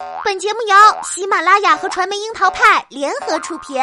本节目由喜马拉雅和传媒樱桃派联合出品。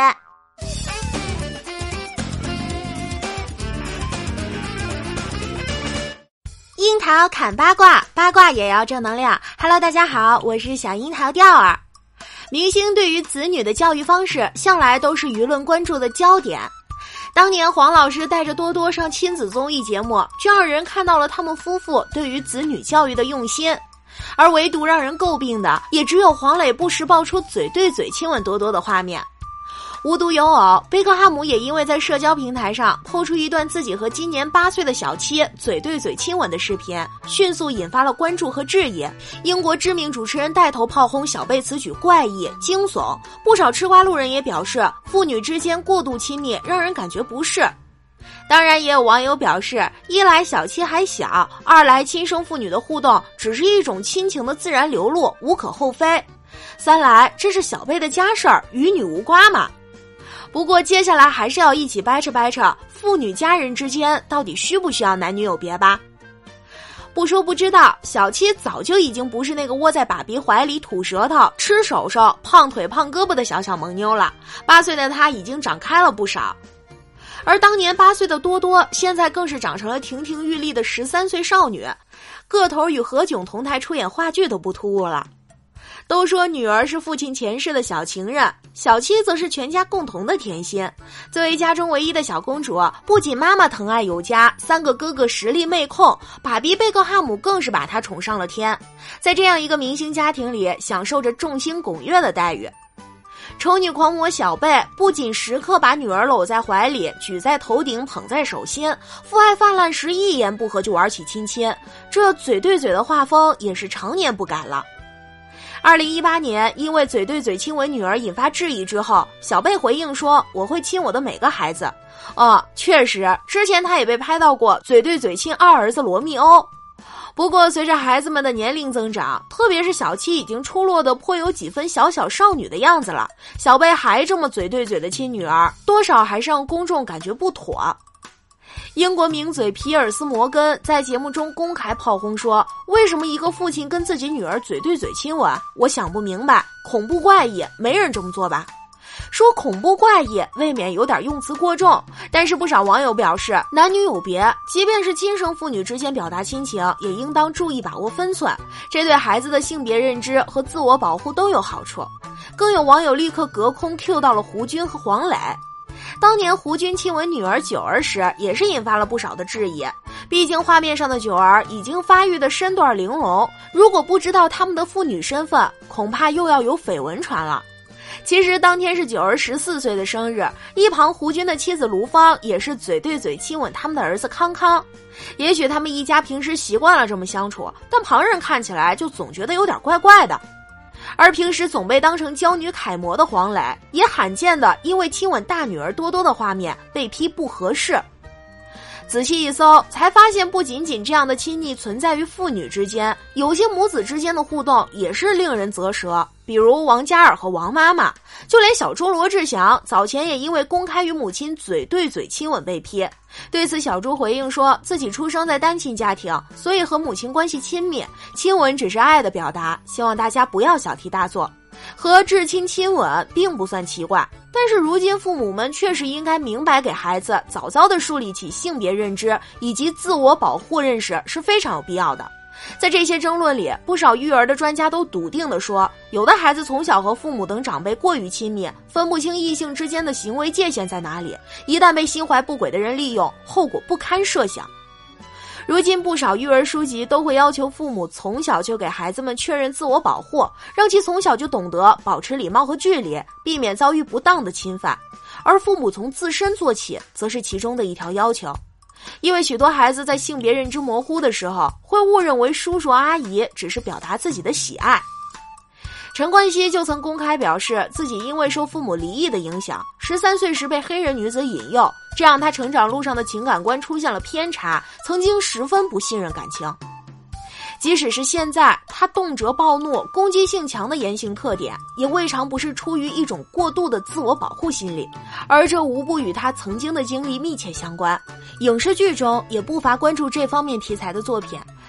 樱桃砍八卦，八卦也要正能量。Hello， 大家好，我是小樱桃调儿。明星对于子女的教育方式，向来都是舆论关注的焦点。当年黄老师带着多多上亲子综艺节目，就让人看到了他们夫妇对于子女教育的用心。而唯独让人诟病的，也只有黄磊不时爆出嘴对嘴亲吻多多的画面。无独有偶，贝克汉姆也因为在社交平台上抛出一段自己和今年8岁的小妻嘴对嘴亲吻的视频，迅速引发了关注和质疑。英国知名主持人带头炮轰小贝此举怪异惊悚，不少吃瓜路人也表示，父女之间过度亲密让人感觉不适。当然也有网友表示，一来小妻还小，二来亲生父女的互动只是一种亲情的自然流露，无可厚非，三来这是小贝的家事儿，与女无瓜嘛。不过接下来还是要一起掰扯掰扯，父女家人之间到底需不需要男女有别吧。不说不知道，小七早就已经不是那个窝在爸比怀里吐舌头吃手手胖腿胖胳膊的小萌妞了，8岁的她已经长开了不少。而当年8岁的多多，现在更是长成了亭亭玉立的13岁少女，个头与何炅同台出演话剧都不突兀了。都说女儿是父亲前世的小情人，小七则是全家共同的甜心。作为家中唯一的小公主，不仅妈妈疼爱有加，3个哥哥实力妹控，爸比贝克汉姆更是把她宠上了天。在这样一个明星家庭里，享受着众星拱月的待遇。丑女狂魔小贝不仅时刻把女儿搂在怀里，举在头顶，捧在手心，父爱泛滥时一言不合就玩起亲亲，这嘴对嘴的画风也是常年不改了。2018年，因为嘴对嘴亲吻女儿引发质疑之后，小贝回应说：“我会亲我的每个孩子。”确实，之前他也被拍到过嘴对嘴亲二儿子罗密欧。不过，随着孩子们的年龄增长，特别是小七已经出落得颇有几分小小少女的样子了，小贝还这么嘴对嘴的亲女儿，多少还是让公众感觉不妥。英国名嘴皮尔斯摩根在节目中公开炮轰说，为什么一个父亲跟自己女儿嘴对嘴亲吻？我想不明白，恐怖怪异，没人这么做吧？说恐怖怪异未免有点用词过重，但是不少网友表示，男女有别，即便是亲生父女之间表达亲情，也应当注意把握分寸，这对孩子的性别认知和自我保护都有好处。更有网友立刻隔空 Q 到了胡军和黄磊。当年胡军亲吻女儿九儿时，也是引发了不少的质疑。毕竟画面上的九儿已经发育的身段玲珑，如果不知道他们的父女身份，恐怕又要有绯闻传了。其实当天是九儿14岁的生日，一旁胡军的妻子卢芳也是嘴对嘴亲吻他们的儿子康康。也许他们一家平时习惯了这么相处，但旁人看起来就总觉得有点怪怪的。而平时总被当成娇女楷模的黄磊，也罕见的因为亲吻大女儿多多的画面被批不合适。仔细一搜，才发现不仅仅这样的亲昵存在于父女之间，有些母子之间的互动也是令人啧舌。比如王嘉尔和王妈妈，就连小猪罗志祥早前也因为公开与母亲嘴对嘴亲吻被批。对此，小猪回应说自己出生在单亲家庭，所以和母亲关系亲密，亲吻只是爱的表达，希望大家不要小题大做。和至亲亲吻并不算奇怪，但是如今父母们确实应该明白，给孩子早早地树立起性别认知以及自我保护认识是非常有必要的。在这些争论里，不少育儿的专家都笃定地说，有的孩子从小和父母等长辈过于亲密，分不清异性之间的行为界限在哪里，一旦被心怀不轨的人利用，后果不堪设想。如今不少育儿书籍都会要求父母从小就给孩子们确认自我保护，让其从小就懂得保持礼貌和距离，避免遭遇不当的侵犯。而父母从自身做起，则是其中的一条要求。因为许多孩子在性别认知模糊的时候，会误认为叔叔阿姨只是表达自己的喜爱。陈冠希就曾公开表示，自己因为受父母离异的影响，13岁时被黑人女子引诱，这让他成长路上的情感观出现了偏差，曾经十分不信任感情。即使是现在，他动辄暴怒、攻击性强的言行特点，也未尝不是出于一种过度的自我保护心理，而这无不与他曾经的经历密切相关。影视剧中也不乏关注这方面题材的作品，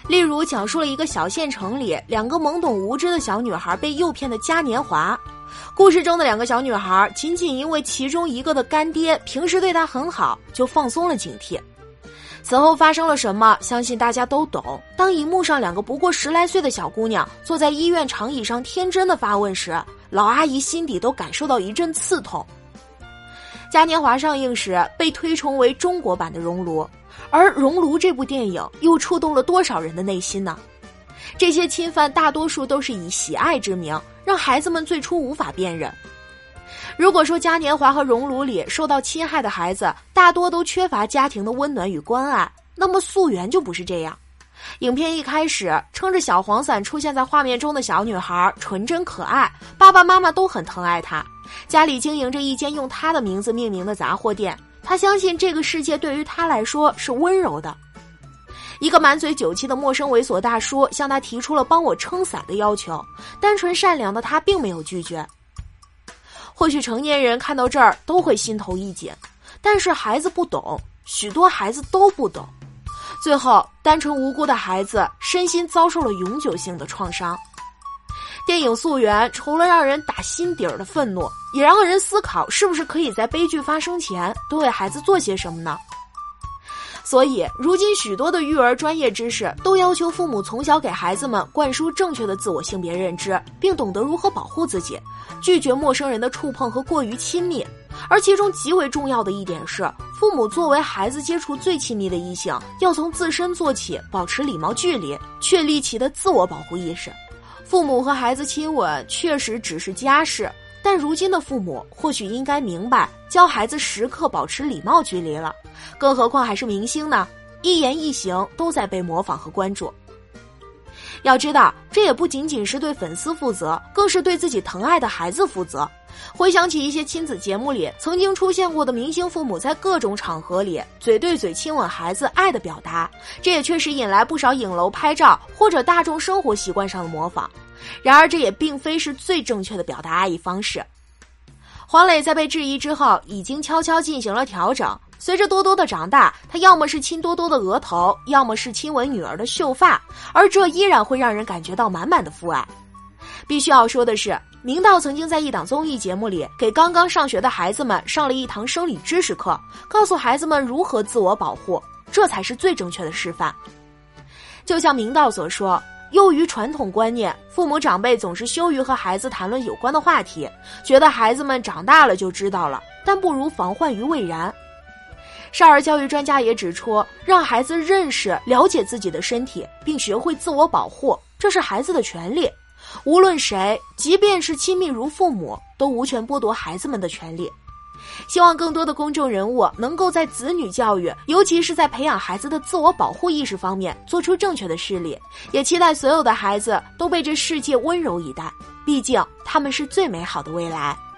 例如讲述了一个小县城里2个懵懂无知的小女孩被诱骗的嘉年华。故事中的2个小女孩仅仅因为其中一个的干爹平时对她很好，就放松了警惕。此后发生了什么，相信大家都懂。当荧幕上2个不过10来岁的小姑娘坐在医院长椅上天真的发问时，老阿姨心底都感受到一阵刺痛。嘉年华上映时被推崇为中国版的熔炉，而熔炉这部电影又触动了多少人的内心呢？这些侵犯大多数都是以喜爱之名，让孩子们最初无法辨认。如果说嘉年华和熔炉里受到侵害的孩子大多都缺乏家庭的温暖与关爱，那么溯源就不是这样。影片一开始，撑着小黄伞出现在画面中的小女孩纯真可爱，爸爸妈妈都很疼爱她，家里经营着一间用她的名字命名的杂货店，她相信这个世界对于她来说是温柔的。一个满嘴酒气的陌生猥琐大叔向她提出了帮我撑伞的要求，单纯善良的她并没有拒绝。或许成年人看到这儿都会心头一紧，但是孩子不懂，许多孩子都不懂。最后，单纯无辜的孩子身心遭受了永久性的创伤。电影溯源除了让人打心底儿的愤怒，也让人思考是不是可以在悲剧发生前多为孩子做些什么呢？所以，如今许多的育儿专业知识都要求父母从小给孩子们灌输正确的自我性别认知，并懂得如何保护自己，拒绝陌生人的触碰和过于亲密。而其中极为重要的一点是，父母作为孩子接触最亲密的异性，要从自身做起，保持礼貌距离，确立其的自我保护意识。父母和孩子亲吻确实只是家事，但如今的父母或许应该明白，教孩子时刻保持礼貌距离了。更何况还是明星呢，一言一行都在被模仿和关注。要知道，这也不仅仅是对粉丝负责，更是对自己疼爱的孩子负责。回想起一些亲子节目里曾经出现过的明星父母在各种场合里嘴对嘴亲吻孩子爱的表达，这也确实引来不少影楼拍照或者大众生活习惯上的模仿。然而这也并非是最正确的表达爱意方式。黄磊在被质疑之后已经悄悄进行了调整，随着多多的长大，他要么是亲多多的额头，要么是亲吻女儿的秀发，而这依然会让人感觉到满满的父爱。必须要说的是，明道曾经在一档综艺节目里给刚刚上学的孩子们上了一堂生理知识课，告诉孩子们如何自我保护，这才是最正确的示范。就像明道所说，由于传统观念，父母长辈总是羞于和孩子谈论有关的话题，觉得孩子们长大了就知道了，但不如防患于未然。少儿教育专家也指出，让孩子认识、了解自己的身体，并学会自我保护，这是孩子的权利。无论谁，即便是亲密如父母，都无权剥夺孩子们的权利。希望更多的公众人物能够在子女教育，尤其是在培养孩子的自我保护意识方面做出正确的事例，也期待所有的孩子都被这世界温柔以待，毕竟他们是最美好的未来。